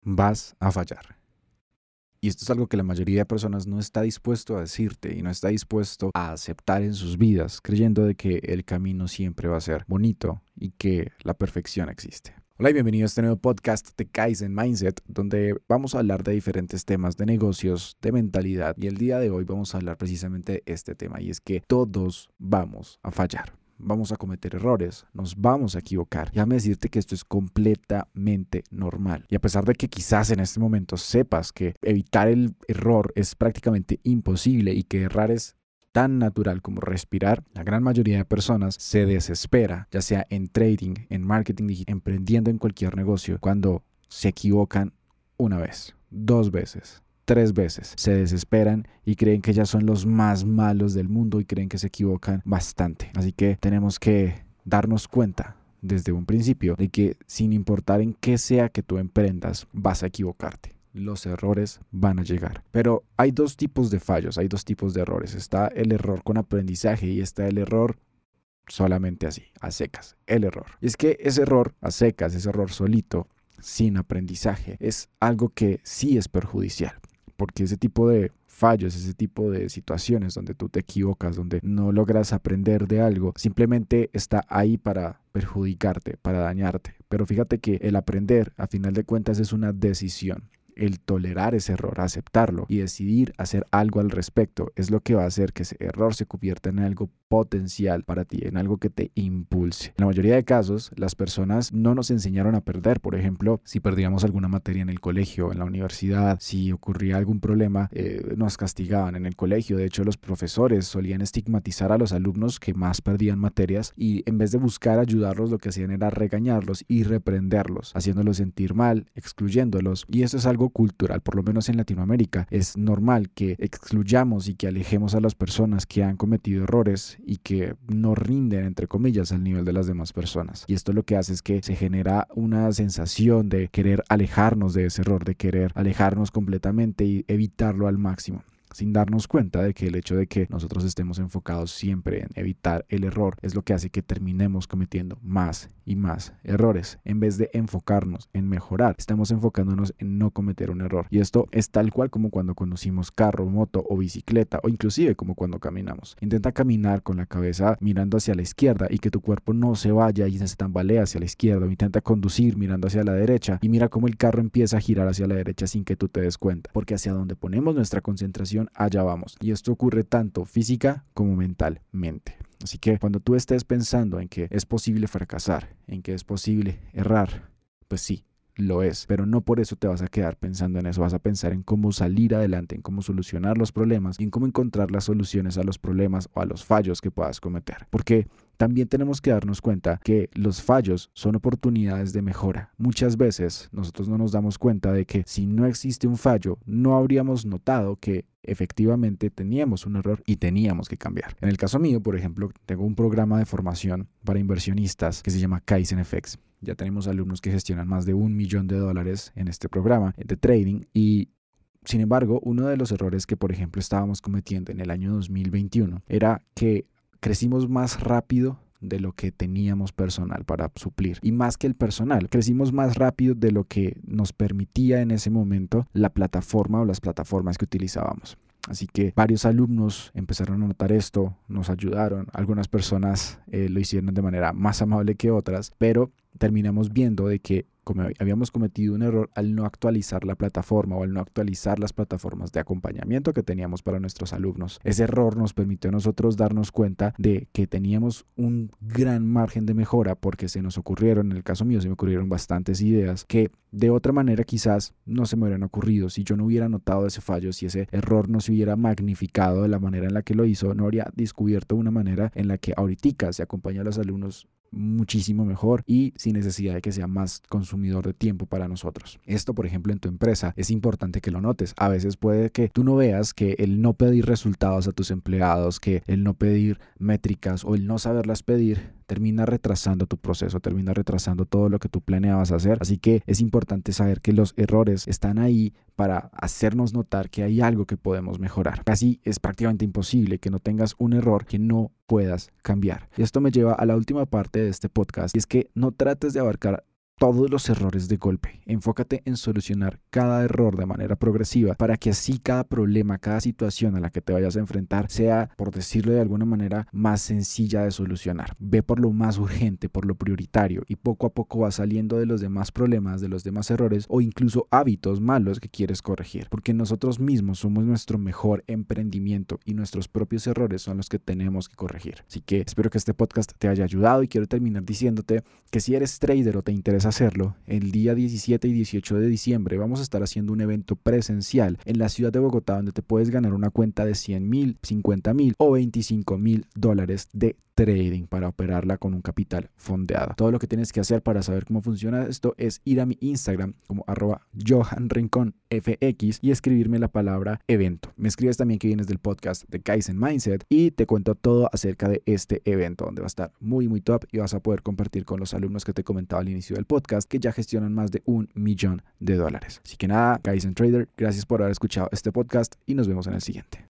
vas a fallar. Y esto es algo que la mayoría de personas no está dispuesto a decirte y no está dispuesto a aceptar en sus vidas, creyendo de que el camino siempre va a ser bonito y que la perfección existe. Hola y bienvenido a este nuevo podcast de Kaizen Mindset, donde vamos a hablar de diferentes temas de negocios, de mentalidad, y el día de hoy vamos a hablar precisamente de este tema, y es que todos vamos a fallar. Vamos a cometer errores, nos vamos a equivocar. Déjame decirte que esto es completamente normal. Y a pesar de que quizás en este momento sepas que evitar el error es prácticamente imposible y que errar es tan natural como respirar, la gran mayoría de personas se desespera, ya sea en trading, en marketing digital, emprendiendo en cualquier negocio, cuando se equivocan una vez, dos veces, 3 veces, se desesperan y creen que ya son los más malos del mundo y creen que se equivocan bastante. Así que tenemos que darnos cuenta desde un principio de que sin importar en qué sea que tú emprendas, vas a equivocarte. Los errores van a llegar. Pero hay dos tipos de fallos, hay dos tipos de errores. Está el error con aprendizaje y está el error solamente así, a secas, el error. Y es que ese error a secas, ese error solito, sin aprendizaje, es algo que sí es perjudicial. Porque ese tipo de fallos, ese tipo de situaciones donde tú te equivocas, donde no logras aprender de algo, simplemente está ahí para perjudicarte, para dañarte. Pero fíjate que el aprender, a final de cuentas, es una decisión. El tolerar ese error, aceptarlo y decidir hacer algo al respecto es lo que va a hacer que ese error se convierta en algo potencial para ti, en algo que te impulse. En la mayoría de casos, las personas no nos enseñaron a perder. Por ejemplo, si perdíamos alguna materia en el colegio, en la universidad, si ocurría algún problema, nos castigaban en el colegio. De hecho, los profesores solían estigmatizar a los alumnos que más perdían materias y en vez de buscar ayudarlos, lo que hacían era regañarlos y reprenderlos, haciéndolos sentir mal, excluyéndolos. Y esto es algo cultural, por lo menos en Latinoamérica. Es normal que excluyamos y que alejemos a las personas que han cometido errores y que no rinden, entre comillas, al nivel de las demás personas. Y esto lo que hace es que se genera una sensación de querer alejarnos de ese error, de querer alejarnos completamente y evitarlo al máximo, sin darnos cuenta de que el hecho de que nosotros estemos enfocados siempre en evitar el error es lo que hace que terminemos cometiendo más y más errores. En vez de enfocarnos en mejorar, estamos enfocándonos en no cometer un error. Y esto es tal cual como cuando conducimos carro, moto o bicicleta, o inclusive como cuando caminamos. Intenta caminar con la cabeza mirando hacia la izquierda y que tu cuerpo no se vaya y se tambalee hacia la izquierda, o intenta conducir mirando hacia la derecha y mira cómo el carro empieza a girar hacia la derecha sin que tú te des cuenta, porque hacia donde ponemos nuestra concentración, allá vamos. Y esto ocurre tanto física como mentalmente. Así que cuando tú estés pensando en que es posible fracasar, en que es posible errar, pues sí, lo es, pero no por eso te vas a quedar pensando en eso. Vas a pensar en cómo salir adelante, en cómo solucionar los problemas y en cómo encontrar las soluciones a los problemas o a los fallos que puedas cometer. Porque también tenemos que darnos cuenta que los fallos son oportunidades de mejora. Muchas veces nosotros no nos damos cuenta de que si no existe un fallo, no habríamos notado que efectivamente teníamos un error y teníamos que cambiar. En el caso mío, por ejemplo, tengo un programa de formación para inversionistas que se llama Kaizen FX. Ya tenemos alumnos que gestionan más de $1 millón en este programa de trading y sin embargo, uno de los errores que, por ejemplo, estábamos cometiendo en el año 2021 era que crecimos más rápido de lo que teníamos personal para suplir. Y más que el personal, crecimos más rápido de lo que nos permitía en ese momento la plataforma o las plataformas que utilizábamos. Así que varios alumnos empezaron a notar esto, nos ayudaron. Algunas personas lo hicieron de manera más amable que otras, pero terminamos viendo de que como habíamos cometido un error al no actualizar la plataforma o al no actualizar las plataformas de acompañamiento que teníamos para nuestros alumnos. Ese error nos permitió a nosotros darnos cuenta de que teníamos un gran margen de mejora porque se nos ocurrieron, en el caso mío se me ocurrieron bastantes ideas que de otra manera quizás no se me hubieran ocurrido. Si yo no hubiera notado ese fallo, si ese error no se hubiera magnificado de la manera en la que lo hizo, no habría descubierto una manera en la que ahorita se acompaña a los alumnos muchísimo mejor y sin necesidad de que sea más consumidor de tiempo para nosotros. Esto, por ejemplo, en tu empresa es importante que lo notes. A veces puede que tú no veas que el no pedir resultados a tus empleados, que el no pedir métricas o el no saberlas pedir termina retrasando tu proceso, termina retrasando todo lo que tú planeabas hacer. Así que es importante saber que los errores están ahí para hacernos notar que hay algo que podemos mejorar. Casi es prácticamente imposible que no tengas un error que no puedas cambiar. Y esto me lleva a la última parte de este podcast, y es que no trates de abarcar todos los errores de golpe. Enfócate en solucionar cada error de manera progresiva para que así cada problema, cada situación a la que te vayas a enfrentar sea, por decirlo de alguna manera, más sencilla de solucionar. Ve por lo más urgente, por lo prioritario y poco a poco vas saliendo de los demás problemas, de los demás errores o incluso hábitos malos que quieres corregir. Porque nosotros mismos somos nuestro mejor emprendimiento y nuestros propios errores son los que tenemos que corregir. Así que espero que este podcast te haya ayudado y quiero terminar diciéndote que si eres trader o te interesa hacerlo, el día 17 y 18 de diciembre vamos a estar haciendo un evento presencial en la ciudad de Bogotá donde te puedes ganar una cuenta de 100,000, 50,000 o $25,000 de trading para operarla con un capital fondeado. Todo lo que tienes que hacer para saber cómo funciona esto es ir a mi Instagram como @JohanRinconFX y escribirme la palabra evento. Me escribes también que vienes del podcast de Kaizen Mindset y te cuento todo acerca de este evento donde va a estar muy top y vas a poder compartir con los alumnos que te comentaba al inicio del podcast que ya gestionan más de $1 millón. Así que nada, Kaizen Trader, gracias por haber escuchado este podcast y nos vemos en el siguiente.